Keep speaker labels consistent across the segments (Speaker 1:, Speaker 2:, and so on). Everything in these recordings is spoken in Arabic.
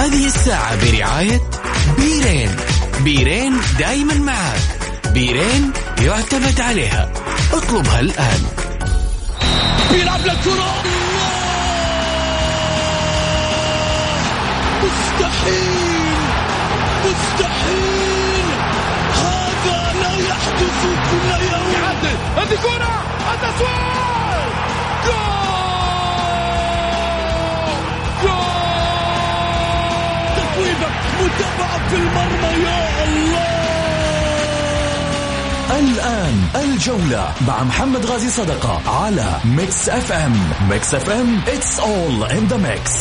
Speaker 1: هذه الساعة برعاية بيرين. بيرين دايما معك. بيرين يعتمد عليها. اطلبها الآن.
Speaker 2: بيلعب للكرة، مستحيل مستحيل، هذا لا يحدث كل يوم. يعدل هذه كرة، التسويق، جول جول، تسويبة متابعة في المرمى، يا الله.
Speaker 3: الآن الجولة مع محمد غازي صدقة على ميكس اف ام. ميكس اف ام it's all in the mix.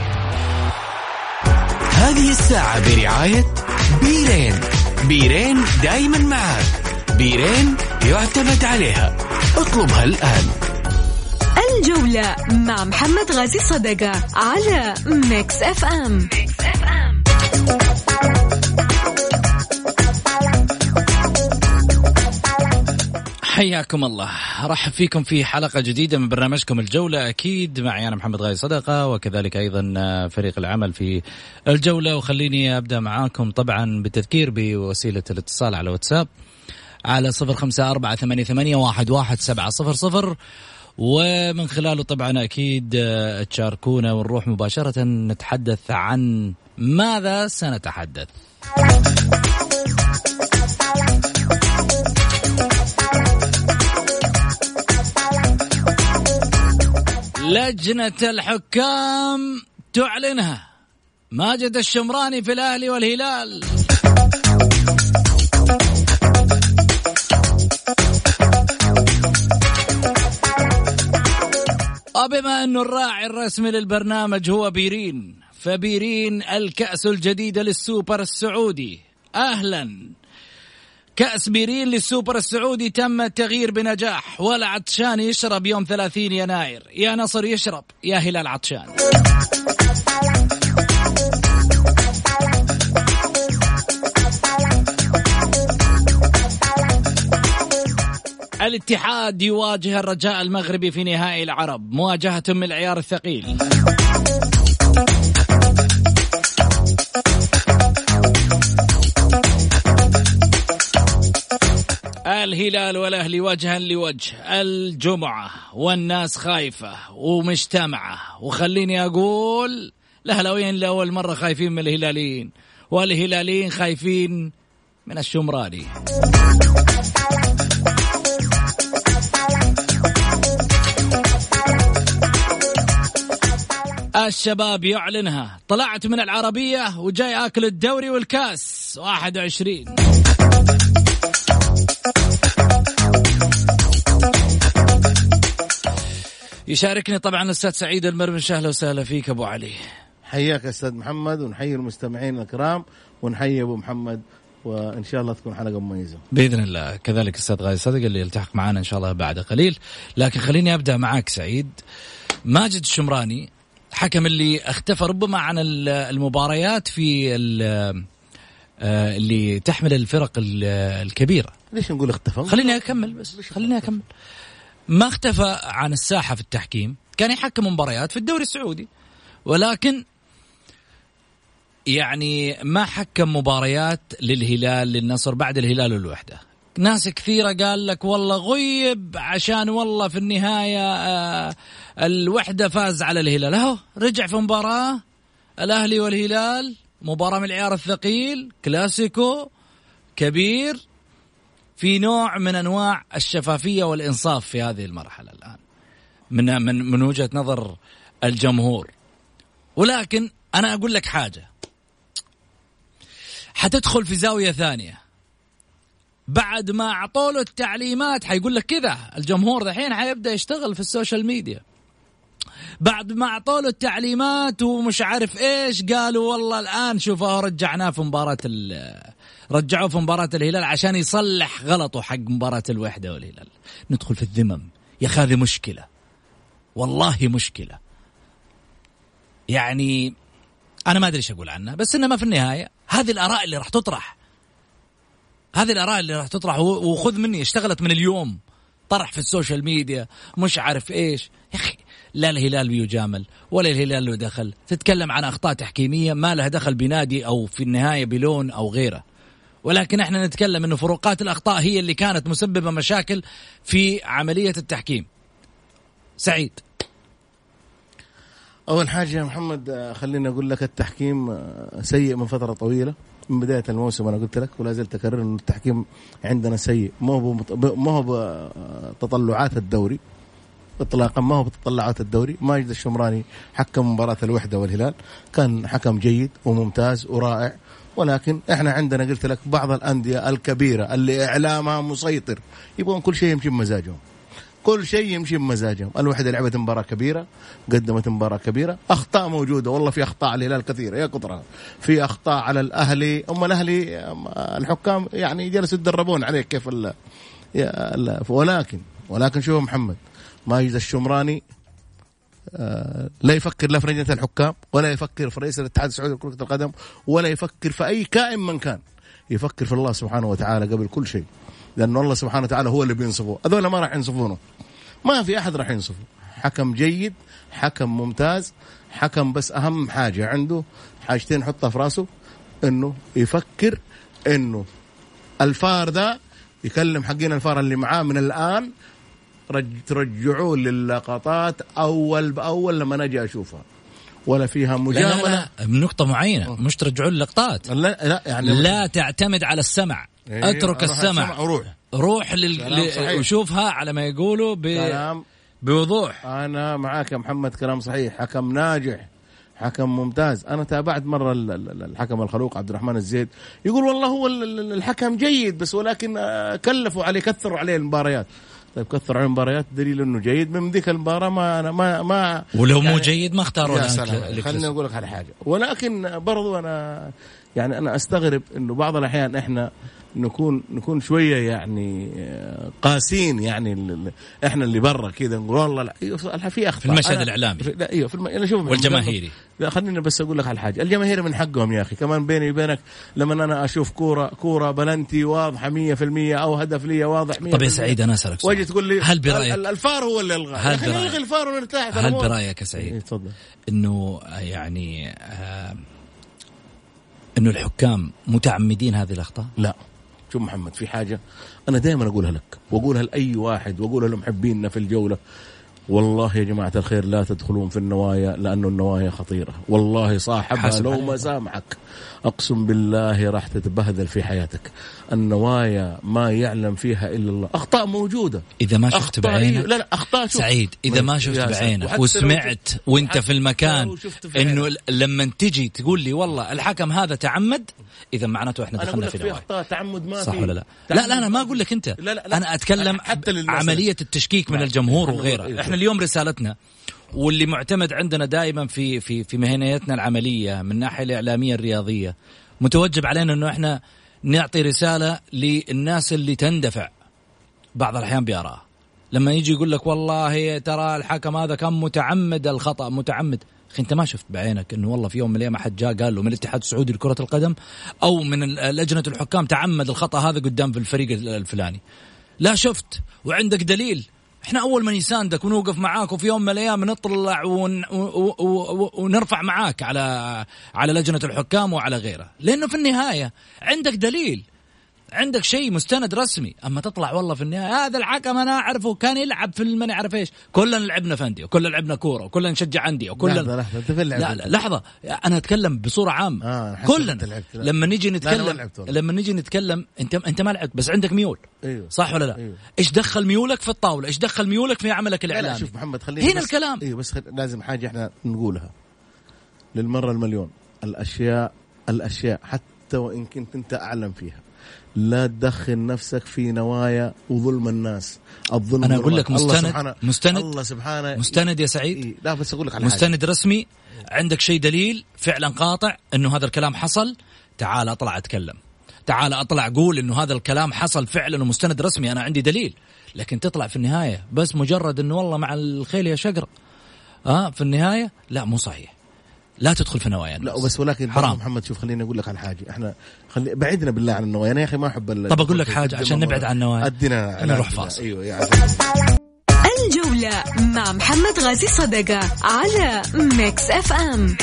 Speaker 1: هذه الساعة برعاية بيرين. بيرين دايما معك. بيرين يعتمد عليها. اطلبها الآن.
Speaker 4: الجولة مع محمد غازي صدقة على ميكس اف ام.
Speaker 5: حياكم الله، رحب فيكم في حلقة جديدة من برنامجكم الجولة. أكيد معي أنا محمد غازي صدقة، وكذلك أيضا فريق العمل في الجولة. وخليني أبدأ معاكم طبعا بالتذكير بوسيلة الاتصال على واتساب على 0548811700، ومن خلاله طبعا أكيد تشاركونا ونروح مباشرة نتحدث عن ماذا سنتحدث. لجنة الحكام تعلنها ماجد الشمراني في الأهلي والهلال. وبما أنه الراعي الرسمي للبرنامج هو بيرين، فبيرين الكأس الجديدة للسوبر السعودي. أهلا، كأس بيرين للسوبر السعودي تم التغيير بنجاح، ولا عطشان يشرب يوم 30 يناير. يا نصر يشرب، يا هلال عطشان. الاتحاد يواجه الرجاء المغربي في نهائي العرب، مواجهة من العيار الثقيل. الهلال والأهلي وجها لوجه الجمعة، والناس خايفة ومجتمعة. وخليني أقول الأهلاويين لأول مرة خايفين من الهلاليين، والهلاليين خايفين من الشمراني. الشباب يعلنها، طلعت من العربية وجاي أكل الدوري والكاس 21. يشاركني طبعا الأستاذ سعيد المرمش. أهلا وسهلا فيك أبو علي.
Speaker 6: حياك أستاذ محمد، ونحيي المستمعين الكرام، ونحيي أبو محمد، وإن شاء الله تكون حلقة مميزة
Speaker 5: بإذن الله. كذلك أستاذ غازي صدقة اللي يلتحق معنا إن شاء الله بعد قليل. لكن خليني أبدأ معاك سعيد. ماجد الشمراني حكم اللي اختفى ربما عن المباريات في اللي تحمل الفرق الكبيرة.
Speaker 6: ليش نقول اختفى؟
Speaker 5: خليني أكمل بس، خليني أكمل. ما اختفى عن الساحة في التحكيم، كان يحكم مباريات في الدوري السعودي، ولكن يعني ما حكم مباريات للهلال للنصر بعد الهلال والوحدة. ناس كثيرة قال لك والله غيب عشان والله في النهاية الوحدة فاز على الهلال. اهو رجع في مباراة الأهلي والهلال، مباراة من العيار الثقيل، كلاسيكو كبير، في نوع من أنواع الشفافية والإنصاف في هذه المرحلة الآن من وجهة نظر الجمهور. ولكن أنا أقول لك حاجة، حتدخل في زاوية ثانية بعد ما أعطوله التعليمات. حيقول لك كذا الجمهور دحين حيبدأ يشتغل في السوشيال ميديا. بعد ما أعطوله التعليمات ومش عارف إيش، قالوا والله الآن شوفوا رجعناه في مباراة رجعوه في مباراة الهلال عشان يصلح غلطه حق مباراة الوحدة والهلال. ندخل في الذمم يا أخي، هذه مشكلة والله مشكلة. يعني أنا ما أدري إيش أقول عنها، بس إنما في النهاية هذه الآراء اللي راح تطرح، هذه الآراء اللي راح تطرح. وخذ مني اشتغلت من اليوم، طرح في السوشيال ميديا مش عارف إيش. يا أخي لا الهلال بيجامل ولا الهلال له دخل. تتكلم عن أخطاء تحكيمية ما لها دخل بنادي أو في النهاية بلون أو غيره، ولكن احنا نتكلم انه فروقات الأخطاء هي اللي كانت مسببة مشاكل في عملية التحكيم. سعيد،
Speaker 6: أول حاجة يا محمد خليني أقول لك التحكيم سيء من فترة طويلة، من بداية الموسم أنا قلت لك ولا زلت أكرر إنه التحكيم عندنا سيء، ما هو بتطلعات الدوري إطلاقا، ما هو بتطلعات الدوري. ماجد الشمراني حكم مباراة الوحدة والهلال، كان حكم جيد وممتاز ورائع، ولكن احنا عندنا قلت لك بعض الأندية الكبيرة اللي إعلامها مسيطر يبغون كل شيء يمشي بمزاجهم، كل شيء يمشي بمزاجهم. الوحدة لعبت مباراة كبيرة، قدمت مباراة كبيرة، أخطاء موجودة والله، في أخطاء على الهلال كثيرة يا كثرها، في أخطاء على الأهلي. الأهلي الحكام يعني جلسوا يتدربون عليه كيف ولكن شوف محمد، ماجد الشمراني لا يفكر لا في لجنة الحكام ولا يفكر في رئيس الاتحاد السعودي لكرة القدم ولا يفكر في أي كائن من كان، يفكر في الله سبحانه وتعالى قبل كل شيء، لأن الله سبحانه وتعالى هو اللي بينصفه. هذول ما راح ينصفونه، ما في أحد راح ينصفه. حكم جيد، حكم ممتاز، حكم بس أهم حاجة عنده حاجتين حطها في راسه، إنه يفكر إنه الفار ده يكلم حقين الفار اللي معاه من الآن ترجعوه للقطات أول بأول لما نجي أشوفها، ولا فيها مجاملة.
Speaker 5: لا بنقطة معينة، مش ترجعوا اللقطات،
Speaker 6: لا يعني
Speaker 5: لا تعتمد على السمع. اترك السمع، روح وشوفها على ما يقولوا بوضوح.
Speaker 6: أنا معاك يا محمد، كلام صحيح، حكم ناجح، حكم ممتاز. أنا تابعت مرة الحكم الخلوق عبد الرحمن الزيد يقول والله هو الحكم جيد بس ولكن كلفوا عليه، كثروا عليه المباريات. طيب كثر على المباريات دليل انه جيد، من ذيك المباراه ما
Speaker 5: ولو يعني مو جيد ما اختاروا.
Speaker 6: خليني اقول لك على حاجه، ولكن برضو انا يعني انا استغرب انه بعض الاحيان احنا نكون شويه يعني قاسين، يعني احنا اللي برا كذا نقول والله لا في اخطاء
Speaker 5: في المشهد الاعلامي،
Speaker 6: لا ايوه انا شوف
Speaker 5: والجماهيري.
Speaker 6: لا خليني بس اقول لك على حاجه، الجماهير من حقهم يا اخي كمان بيني وبينك لما انا اشوف كوره بلنتي واضحه 100% او هدف لي واضح 100%.
Speaker 5: طب يا سعيد انا اسالك سؤال،
Speaker 6: واجي تقول لي
Speaker 5: هل برايك
Speaker 6: الفار هو اللي الغى؟
Speaker 5: هل برايك
Speaker 6: الفار ونرتاح؟
Speaker 5: هل برايك يا سعيد
Speaker 6: تفضل
Speaker 5: انه يعني انه الحكام متعمدين هذه الاخطاء؟
Speaker 6: لا. شوف محمد، في حاجة أنا دائما أقولها لك وأقولها لأي واحد وأقولها لمحبيننا في الجولة، والله يا جماعة الخير لا تدخلون في النوايا، لأنه النوايا خطيرة والله، صاحبها لو ما سامحك أقسم بالله راح تتبهدل في حياتك. النوايا ما يعلم فيها إلا الله، أخطاء موجودة
Speaker 5: إذا ما شفت بعينك.
Speaker 6: لا أخطاء
Speaker 5: سعيد، إذا ما شفت بعينك وسمعت وانت في المكان إنه لما تجي تقول لي والله الحكم هذا تعمد، إذا معناته إحنا دخلنا في نوايا.
Speaker 6: أخطاء تعمد ما
Speaker 5: صح ولا لا؟ لا أنا ما أقول لك أنت، لا. أنا أتكلم عملية التشكيك من الجمهور وغيره. إحنا اليوم رسالتنا واللي معتمد عندنا دائما في مهنيتنا العملية من الناحية الإعلامية الرياضية، متوجب علينا إنه إحنا نعطي رسالة للناس اللي تندفع بعض الأحيان بآراء. لما يجي يقول لك والله ترى الحكم هذا كان متعمد الخطأ، متعمد. أخي أنت ما شفت بعينك إنه والله في يوم من الأيام أحد جاء قال له من الاتحاد السعودي لكرة القدم أو من لجنة الحكام تعمد الخطأ هذا قدام في الفريق الفلاني؟ لا شفت وعندك دليل. احنا اول من يساندك ونوقف معاك، وفي يوم من الايام نطلع ونرفع معاك على لجنة الحكام وعلى غيره، لانه في النهاية عندك دليل، عندك شيء مستند رسمي. اما تطلع والله في النهاية هذا الحكم انا اعرفه كان يلعب في ما نعرف ايش، كلنا لعبنا فندي وكلنا لعبنا كورة وكلنا نشجع أندية وكلنا لحظة انا اتكلم بصورة عامة. كلنا لما نيجي نتكلم انت ما لعبت بس عندك ميول.
Speaker 6: أيوه.
Speaker 5: صح ولا لا؟
Speaker 6: أيوه.
Speaker 5: ايش دخل ميولك في الطاولة؟ ايش دخل ميولك في عملك الاعلامي؟
Speaker 6: شوف محمد خلينا
Speaker 5: هنا الكلام.
Speaker 6: ايوه بس لازم حاجة احنا نقولها للمرة المليون، الاشياء حتى وان كنت انت اعلم فيها لا تدخل نفسك في نوايا وظلم الناس. الظلم
Speaker 5: أنا أقول لك مستند يا سعيد.
Speaker 6: إيه؟ لا بس أقول لك على
Speaker 5: مستند
Speaker 6: حاجة.
Speaker 5: رسمي، عندك شيء دليل فعلا قاطع إنه هذا الكلام حصل، تعال أطلع أتكلم، تعال أطلع أقول إنه هذا الكلام حصل فعلا ومستند رسمي، أنا عندي دليل. لكن تطلع في النهاية بس مجرد إنه والله مع الخيل يا شقر في النهاية لا مو صحيح. لا تدخل في نوايا الناس.
Speaker 6: لا بس ولكن
Speaker 5: حرام.
Speaker 6: محمد شوف خليني أقول لك عن حاجة، إحنا بعدنا بالله عن النوايا. أنا يا أخي ما أحب
Speaker 5: طب أقول لك حاجة عشان نبعد عن النوايا.
Speaker 6: أدينا
Speaker 5: نروح فاصل.
Speaker 6: أيوة يعني.
Speaker 4: الجولة مع محمد غازي صدقة على ميكس اف ام.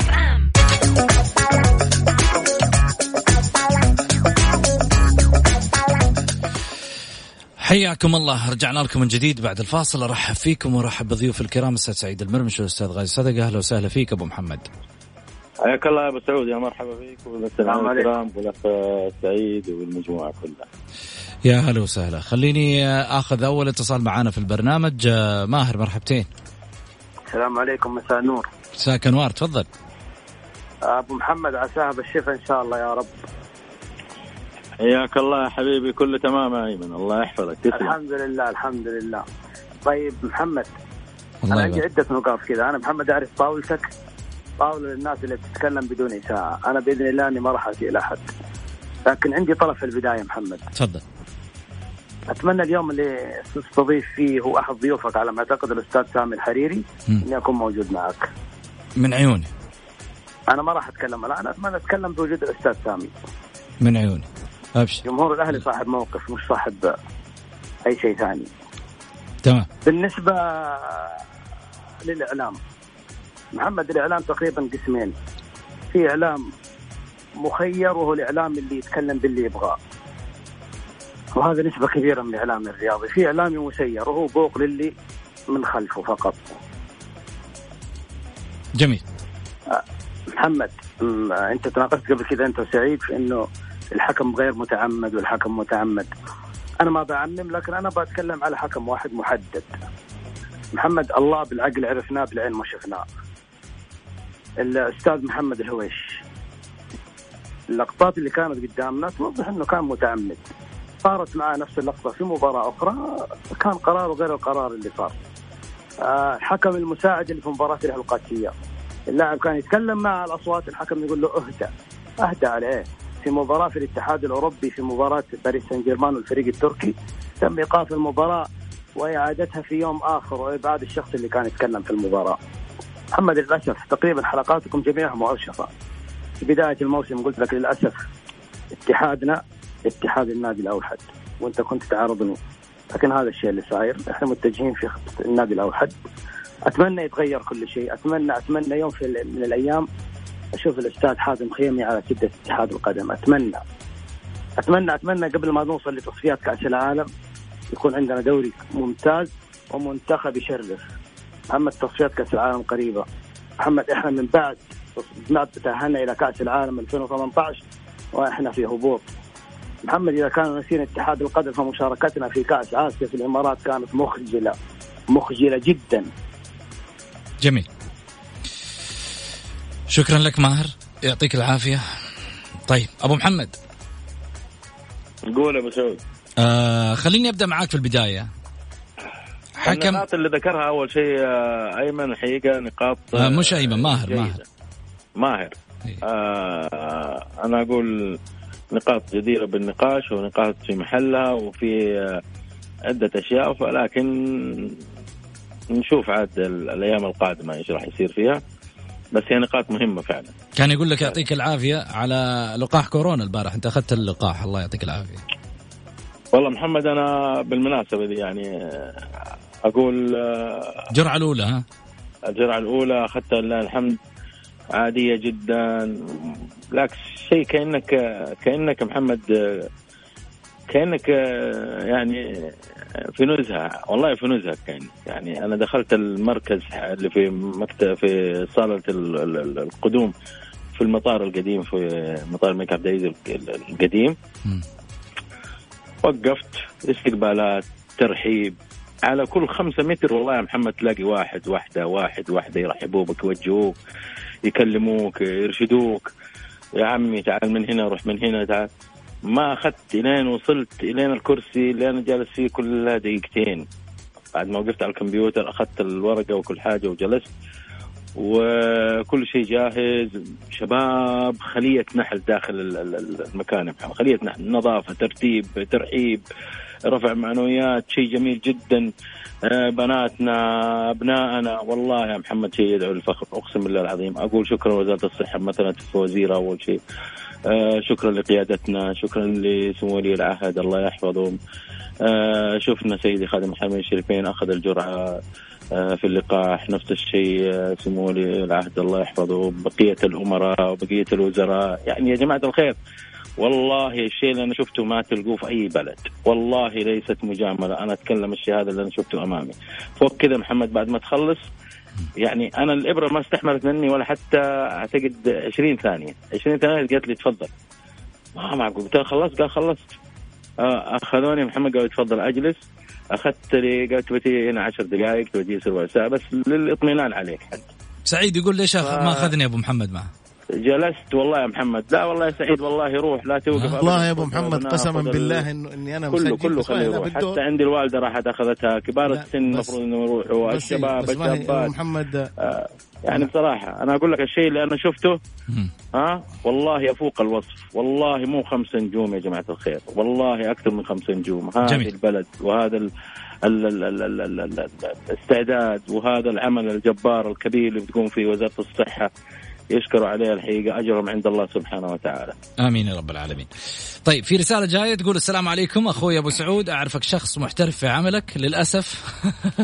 Speaker 5: حياكم الله، رجعنا لكم من جديد بعد الفاصل. ارحب فيكم وارحب بضيوف الكرام الاستاذ سعيد المرمش والاستاذ غازي صدقة. اهلا وسهلا فيك ابو محمد.
Speaker 7: حياك الله يا ابو سعود، يا مرحبا فيك والسلام عليكم والاخ سعيد والمجموعه كلها.
Speaker 5: يا هلا وسهلا. خليني اخذ اول اتصال معانا في البرنامج. ماهر، مرحبتين.
Speaker 8: السلام عليكم، مساء النور.
Speaker 5: مساك انوار، تفضل.
Speaker 8: ابو محمد، عساها بالشفاء ان شاء الله يا رب.
Speaker 7: حياك الله يا حبيبي، كله تمام يا ايمن، الله يحفظك. تسلم.
Speaker 8: الحمد لله الحمد لله. طيب محمد، انا عندي عده نقاط كذا. انا محمد اعرف طاولتك طاوله للناس اللي بتتكلم بدون إساءة. انا باذن الله اني ما راح اسيء لاحد، لكن عندي طلب في البدايه محمد.
Speaker 5: تفضل.
Speaker 8: اتمنى اليوم اللي تستضيف فيه هو احد ضيوفك على ما اعتقد الاستاذ سامي الحريري اني اكون موجود معك.
Speaker 5: من عيوني.
Speaker 8: انا ما راح اتكلم، لا انا اتمنى اتكلم بوجود الاستاذ سامي.
Speaker 5: من عيوني، ابشر.
Speaker 8: جمهور الاهلي صاحب موقف، مش صاحب اي شيء ثاني.
Speaker 5: تمام.
Speaker 8: بالنسبه للاعلام محمد، الاعلام تقريبا قسمين. في اعلام مخير وهو الاعلام اللي يتكلم باللي يبغاه، وهذا نسبه كبيره من الاعلام الرياضي. في اعلامي مسير وهو بوق للي من خلفه فقط.
Speaker 5: جميل.
Speaker 8: محمد، انت تناقشت قبل كذا انت وسعيد في انه الحكم غير متعمد والحكم متعمد. انا ما بعمم، لكن انا بتكلم على حكم واحد محدد. محمد، الله بالعقل عرفناه، بالعين ما شفناه. الأستاذ محمد الهويش، اللقطات اللي كانت قدامنا توضح أنه كان متعمد. صارت معه نفس اللقطة في مباراة أخرى، كان قراره غير القرار اللي صار. الحكم المساعد اللي في مباراة القادسية، اللاعب كان يتكلم مع الأصوات، الحكم يقول له أهدى عليه. في مباراة في الاتحاد الأوروبي، في مباراة باريس سان جيرمان والفريق التركي، تم إيقاف المباراة وإعادتها في يوم آخر وإبعاد الشخص اللي كان يتكلم في المباراة. محمد، للأسف تقريبا حلقاتكم جميعها مؤرشفة. في بداية الموسم قلت لك للأسف اتحادنا اتحاد النادي الأوحد، وانت كنت تعارضني، لكن هذا الشيء اللي صاير. احنا متجهين في خطة النادي الأوحد. أتمنى يتغير كل شيء. أتمنى يوم من الأيام أشوف الأستاذ حازم خيمي على سدة اتحاد القدم. أتمنى قبل ما نوصل لتصفيات كأس العالم يكون عندنا دوري ممتاز ومنتخب يشرف. محمد، تصفيات كأس العالم قريبة. محمد، احنا من بعد تأهلنا إلى كأس العالم 2018 وإحنا في هبوط. محمد، إذا كانوا نسين اتحاد القدم فمشاركتنا في كأس آسيا في الإمارات كانت مخجلة جدا.
Speaker 5: جميل، شكرا لك ماهر، يعطيك العافية. طيب أبو محمد،
Speaker 7: قول أبو سعود.
Speaker 5: خليني أبدأ معاك في البداية.
Speaker 7: حكم النقاط اللي ذكرها أول شيء أيمن، الحقيقة نقاط
Speaker 5: مش أيمن، ماهر.
Speaker 7: أنا أقول نقاط جديرة بالنقاش ونقاط في محلها وفي عدة أشياء، ولكن نشوف عاد الأيام القادمة إيش راح يصير فيها، بس هي نقاط مهمة فعلا.
Speaker 5: كان يقول لك يعطيك العافية على لقاح كورونا البارح، أنت أخذت اللقاح، الله يعطيك العافية.
Speaker 7: والله محمد، أنا بالمناسبة دي يعني أقول
Speaker 5: الجرعة الأولى، ها؟
Speaker 7: الجرعة الأولى أخذتها لله الحمد، عادية جدا. بالعكس شيء كأنك محمد، كأنك يعني في نزهة، والله في نزهة. يعني أنا دخلت المركز اللي في مكتب في صالة القدوم في المطار القديم، في مطار الملك عبد العزيز القديم. وقفت استقبالات، ترحيب على كل 5 متر. والله يا محمد تلاقي واحد يرحبوا بك، يوجهوك، يكلموك، يرشدوك، يا عمي تعال من هنا، روح من هنا، تعال. ما أخذت إلين وصلت إلين الكرسي اللي أنا جالس فيه كل دقيقتين. بعد ما وقفت على الكمبيوتر أخذت الورقة وكل حاجة وجلست، وكل شيء جاهز. شباب خلية نحل داخل المكان، خلية نحل، نظافة، ترتيب، ترحيب، رفع معنويات، شيء جميل جدا. بناتنا، أبنائنا، والله يا محمد شيء يدعو للفخر، أقسم بالله العظيم. أقول شكرا وزارة الصحة مثلا في وزيرة أول شيء، شكرا لقيادتنا، شكرا لسمو ولي العهد الله يحفظهم، شفنا سيدي خادم الحرمين الشريفين أخذ الجرعة في اللقاح. نفس الشيء سمو ولي العهد الله يحفظه، بقية الأمراء وبقية الوزراء. يعني يا جماعة الخير والله الشيء اللي أنا شفته ما تلقوه في أي بلد، والله ليست مجاملة، أنا أتكلم الشيء هذا اللي أنا شفته أمامي. فوق كذا محمد بعد ما تخلص يعني أنا الإبرة ما استحملت مني ولا حتى أعتقد 20 ثانية قالت لي تفضل. ما معقول، قلت خلصت، قال خلصت. أخذوني محمد قالوا تفضل أجلس. أخذت لي قالت بتي هنا 10 دقائق تودي ربع ساعة بس للإطمئنان عليك. حد
Speaker 5: سعيد يقول ليش ما أخذني أبو محمد معه؟
Speaker 7: جلست والله يا محمد، لا والله يا سعيد والله روح لا توقف.
Speaker 6: والله يا ابو محمد قسما بالله اني انا
Speaker 7: كله خليه يروح. حتى عندي الوالده راحت اخذتها، كبار السن المفروض انه يروحوا، الشباب الشابات محمد. يعني بصراحه انا اقول لك الشيء اللي انا شفته والله يفوق الوصف، والله مو 5 نجوم يا جماعه الخير، والله اكثر من 5 نجوم. هذا البلد وهذا الاستعداد وهذا العمل الجبار الكبير اللي بتقوم فيه وزاره الصحه، يشكروا عليها الحقيقة، أجرهم عند الله سبحانه وتعالى.
Speaker 5: آمين يا رب العالمين. طيب في رسالة جاية تقول السلام عليكم أخوي أبو سعود، أعرفك شخص محترف في عملك، للأسف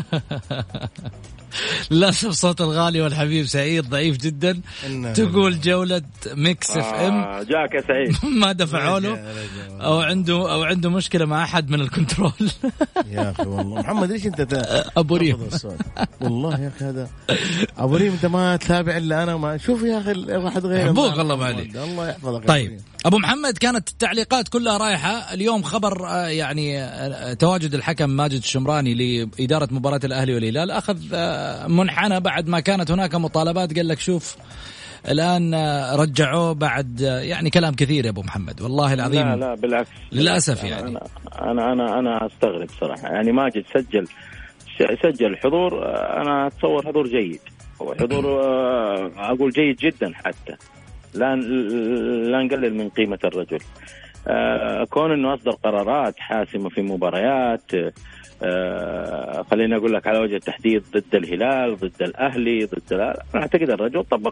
Speaker 5: للأسف صوت الغالي والحبيب سعيد ضعيف جدا. تقول جولة ميكس اف ام
Speaker 7: جاك يا سعيد
Speaker 5: ما دفعوا له أو عنده مشكلة مع أحد من الكنترول.
Speaker 6: يا أخي والله محمد ليش أنت
Speaker 5: أبو ريم
Speaker 6: والله يا أخي هذا أبو ريم أنت ما تتابع إلا أنا ما شوف يا أخي واحد غير
Speaker 5: حبوك الله ما عليك.
Speaker 6: الله يحفظك.
Speaker 5: طيب أبو محمد كانت التعليقات كلها رايحة اليوم. خبر يعني تواجد الحكم ماجد الشمراني لإدارة مباراة الأهلي والهلال أخذ منحنى بعد ما كانت هناك مطالبات. قال لك شوف الآن رجعوه بعد يعني كلام كثير يا أبو محمد والله العظيم.
Speaker 7: لا بالعكس
Speaker 5: للأسف يعني
Speaker 7: أنا أستغرب صراحة. يعني ماجد سجل حضور، أنا أتصور حضور جيد، وحضور أقول جيد جدا، حتى لا نقلل من قيمة الرجل. كون أنه أصدر قرارات حاسمة في مباريات، خليني أقول لك على وجه التحديد ضد الهلال ضد الأهلي أنا أعتقد الرجل طبق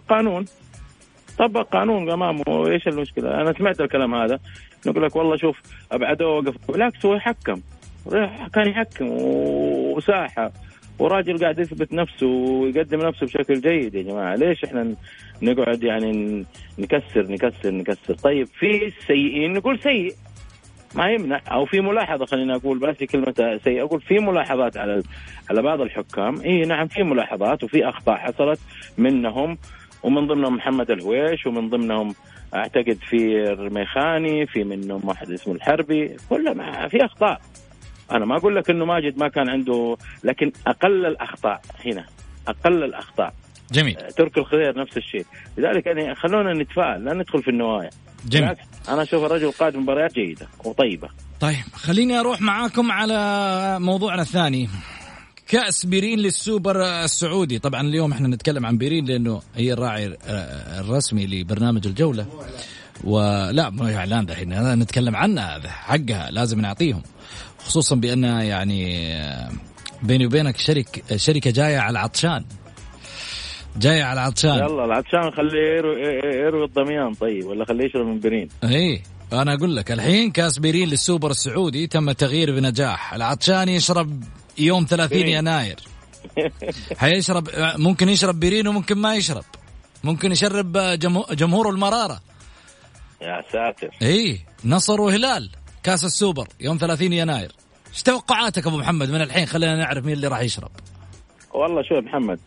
Speaker 7: قانون أمامه. إيش المشكلة؟ أنا سمعت الكلام هذا نقول لك والله شوف أبعده وقف، بالعكس هو يحكم، كان يحكم وساحة، وراجل قاعد يثبت نفسه ويقدم نفسه بشكل جيد. يا جماعة ليش إحنا نقعد يعني نكسر؟ طيب في سيئين نقول سيء ما يمنع، أو في ملاحظة، خلينا أقول بس كلمة سيء، أقول في ملاحظات على بعض الحكام. نعم في ملاحظات وفي أخطاء حصلت منهم، ومن ضمنهم محمد الهويش، ومن ضمنهم أعتقد في الرميخاني، في منهم واحد اسمه الحربي، كلها في أخطاء. أنا ما أقول لك إنه ماجد ما كان عنده، لكن أقل الأخطاء.
Speaker 5: جميل.
Speaker 7: ترك الخير نفس الشيء. لذلك يعني خلونا نتفائل، لا ندخل في النوايا.
Speaker 5: جميل.
Speaker 7: أنا أشوف الرجل قادم مباريات جيدة وطيبة.
Speaker 5: طيب خليني أروح معاكم على موضوعنا الثاني، كأس بيرين للسوبر السعودي. طبعا اليوم احنا نتكلم عن بيرين لأنه هي الراعي الرسمي لبرنامج الجولة، ولا ما إعلان دحين نتكلم عنها، هذا حقها لازم نعطيهم، خصوصا بأنها يعني بيني وبينك شركة جاية على العطشان.
Speaker 7: يلا العطشان خليه يروي الضميان، طيب ولا خليه يشرب من بيرين.
Speaker 5: أنا أقول لك الحين كأس بيرين للسوبر السعودي تم التغيير بنجاح. العطشان يشرب يوم 30 يناير هيشرب، ممكن يشرب بيرين وممكن ما يشرب، ممكن يشرب جمهور المرارة.
Speaker 7: يا ساتر.
Speaker 5: نصر وهلال كأس السوبر يوم 30 يناير. ايش توقعاتك أبو محمد من الحين؟ خلينا نعرف مين اللي راح يشرب.
Speaker 7: والله شو يا محمد،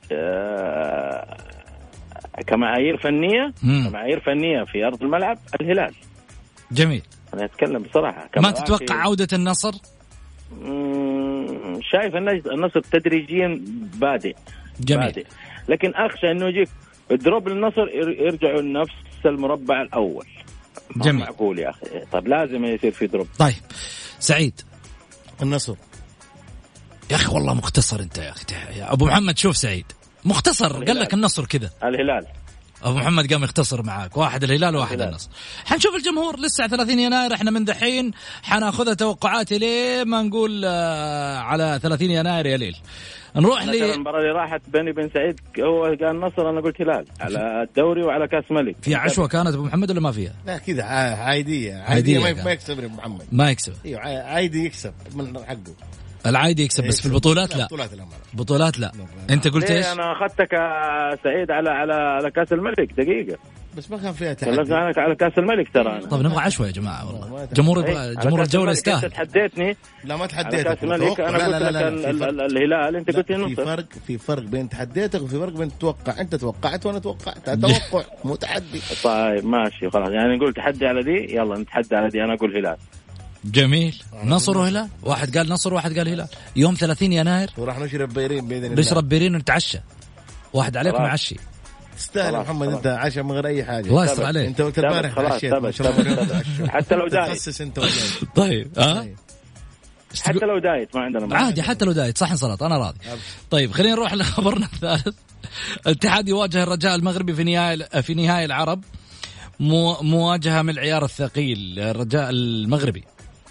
Speaker 7: كمعايير فنية في أرض الملعب الهلال.
Speaker 5: جميل.
Speaker 7: أنا أتكلم بصراحة.
Speaker 5: ما تتوقع عودة النصر؟
Speaker 7: شايف النصر تدريجيا بادئ. لكن أخشى أنه يجيك دروب للنصر يرجعوا لنفس المربع الأول.
Speaker 5: جميل.
Speaker 7: معقول يا أخي؟ طب لازم يصير في دروب.
Speaker 5: طيب سعيد.
Speaker 6: النصر
Speaker 5: يا أخي والله مختصر أنت يا أخي يا أبو محمد. شوف سعيد مختصر، قال لك النصر كذا.
Speaker 7: الهلال
Speaker 5: أبو محمد قام يختصر معاك، واحد الهلال وواحد النصر. حنشوف الجمهور لسه 30 يناير، احنا من دحين حناخذها توقعاتي ليه ما نقول على 30 يناير يا ليل. نروح
Speaker 7: المباراة اللي راحت بيني بن سعيد هو قال نصر، أنا قلت هلال على الدوري وعلى كأس ملك.
Speaker 5: في عشوة كانت أبو محمد ولا ما فيها؟
Speaker 6: لا كذا عادية ما يكسب أبو محمد، ما يكسب. ايوه عادي يكسب من حقه،
Speaker 5: العادي يكسب بس في البطولات لا. بطولات لا. انت قلت ايش؟
Speaker 7: انا اخذتك سعيد على كاس الملك دقيقه،
Speaker 6: بس ما كان فيها تحدي.
Speaker 7: عنك على كاس الملك ترى أنا.
Speaker 5: طب نبغى عشوة يا جماعه والله. جمهور الجوله يستاهل.
Speaker 7: انت تحديتني.
Speaker 6: لا ما تحديتك.
Speaker 7: كاس الملك انا قلت لك الهلال، انت قلت النصر.
Speaker 6: في فرق بين تحديتك وفي فرق بين تتوقع. انت توقعت وانا توقعت، توقع مو تحدي.
Speaker 7: طيب ماشي خلاص، يعني نقول تحدي على دي، يلا نتحدى على دي. انا اقول هلال.
Speaker 5: جميل. نصر وهلال، واحد قال نصر واحد قال هلال يوم 30 يناير.
Speaker 6: وراح نشرب بيرين بإذن الله.
Speaker 5: نشرب بيرين ونتعشى، واحد عليكم معشي.
Speaker 6: تستاهل يا محمد، انت عشاء من غير اي حاجه.
Speaker 5: الله يستر عليك.
Speaker 6: انت وقت البارح عشيت
Speaker 7: حتى لو دايت.
Speaker 6: تخصص انت ودايت.
Speaker 5: طيب
Speaker 7: حتى لو دايت ما عندنا
Speaker 5: عادي، حتى لو دايت صحن سلطه انا راضي. طيب خلينا نروح لخبرنا الثالث. الاتحاد يواجه الرجاء المغربي في نهائي العرب، مواجهه من العيار الثقيل. الرجاء المغربي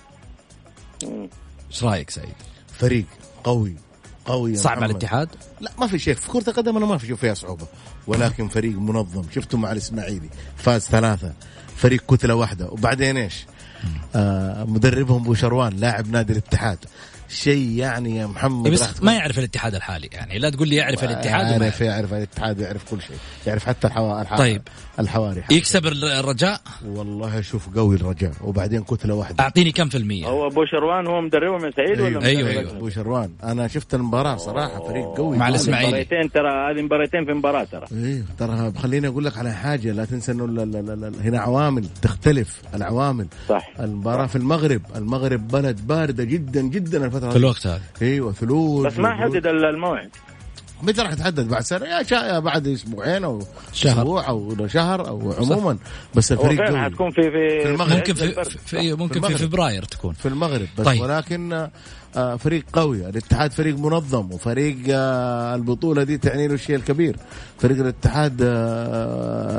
Speaker 5: ايش رايك سعيد؟
Speaker 6: فريق قوي
Speaker 5: صعب على الاتحاد؟
Speaker 6: لا ما في شيء في كرة القدم، انا ما في فيها صعوبة، ولكن فريق منظم. شفتوا مع الإسماعيلي فاز 3، فريق كتلة واحدة. وبعدين ايش؟ مدربهم بوشروان لاعب نادي الاتحاد، شيء يعني يا محمد.
Speaker 5: بس ما يعرف الاتحاد الحالي، يعني لا تقول لي يعرف الاتحاد.
Speaker 6: يعرف الاتحاد، يعرف كل شيء، يعرف حتى
Speaker 5: طيب
Speaker 6: الحواري.
Speaker 5: يكسب الرجاء
Speaker 6: والله شوف قوي الرجاء، وبعدين كتلة واحدة.
Speaker 5: أعطيني كم في المية.
Speaker 7: هو بوشروان هو مدربه من سعيد ولا
Speaker 5: أيوة.
Speaker 6: بوشروان أنا شفت المباراة صراحة، فريق قوي
Speaker 5: مع الإسماعيلي.
Speaker 7: مباراتين ترى، هذه مباراتين في مباراة ترى.
Speaker 6: ترى خليني أقول لك على حاجة، لا تنسى إنه هنا عوامل تختلف. العوامل
Speaker 7: صح.
Speaker 6: المباراة في المغرب بلد باردة جدا جدا الفترة
Speaker 5: في الوقت هذا.
Speaker 6: ايوه ثلوج.
Speaker 7: بس ما حدد الموعد.
Speaker 6: متى راح تحدد؟ بعد سنة يا بعد اسبوعين او اسبوع او شهر او عموما. بس الفريق
Speaker 7: قوي. حتكون في
Speaker 6: المغرب.
Speaker 5: ممكن في فبراير تكون
Speaker 6: في المغرب بس.
Speaker 5: طيب.
Speaker 6: ولكن فريق قوي. الاتحاد فريق منظم، وفريق البطولة دي تعني له الشيء الكبير. فريق الاتحاد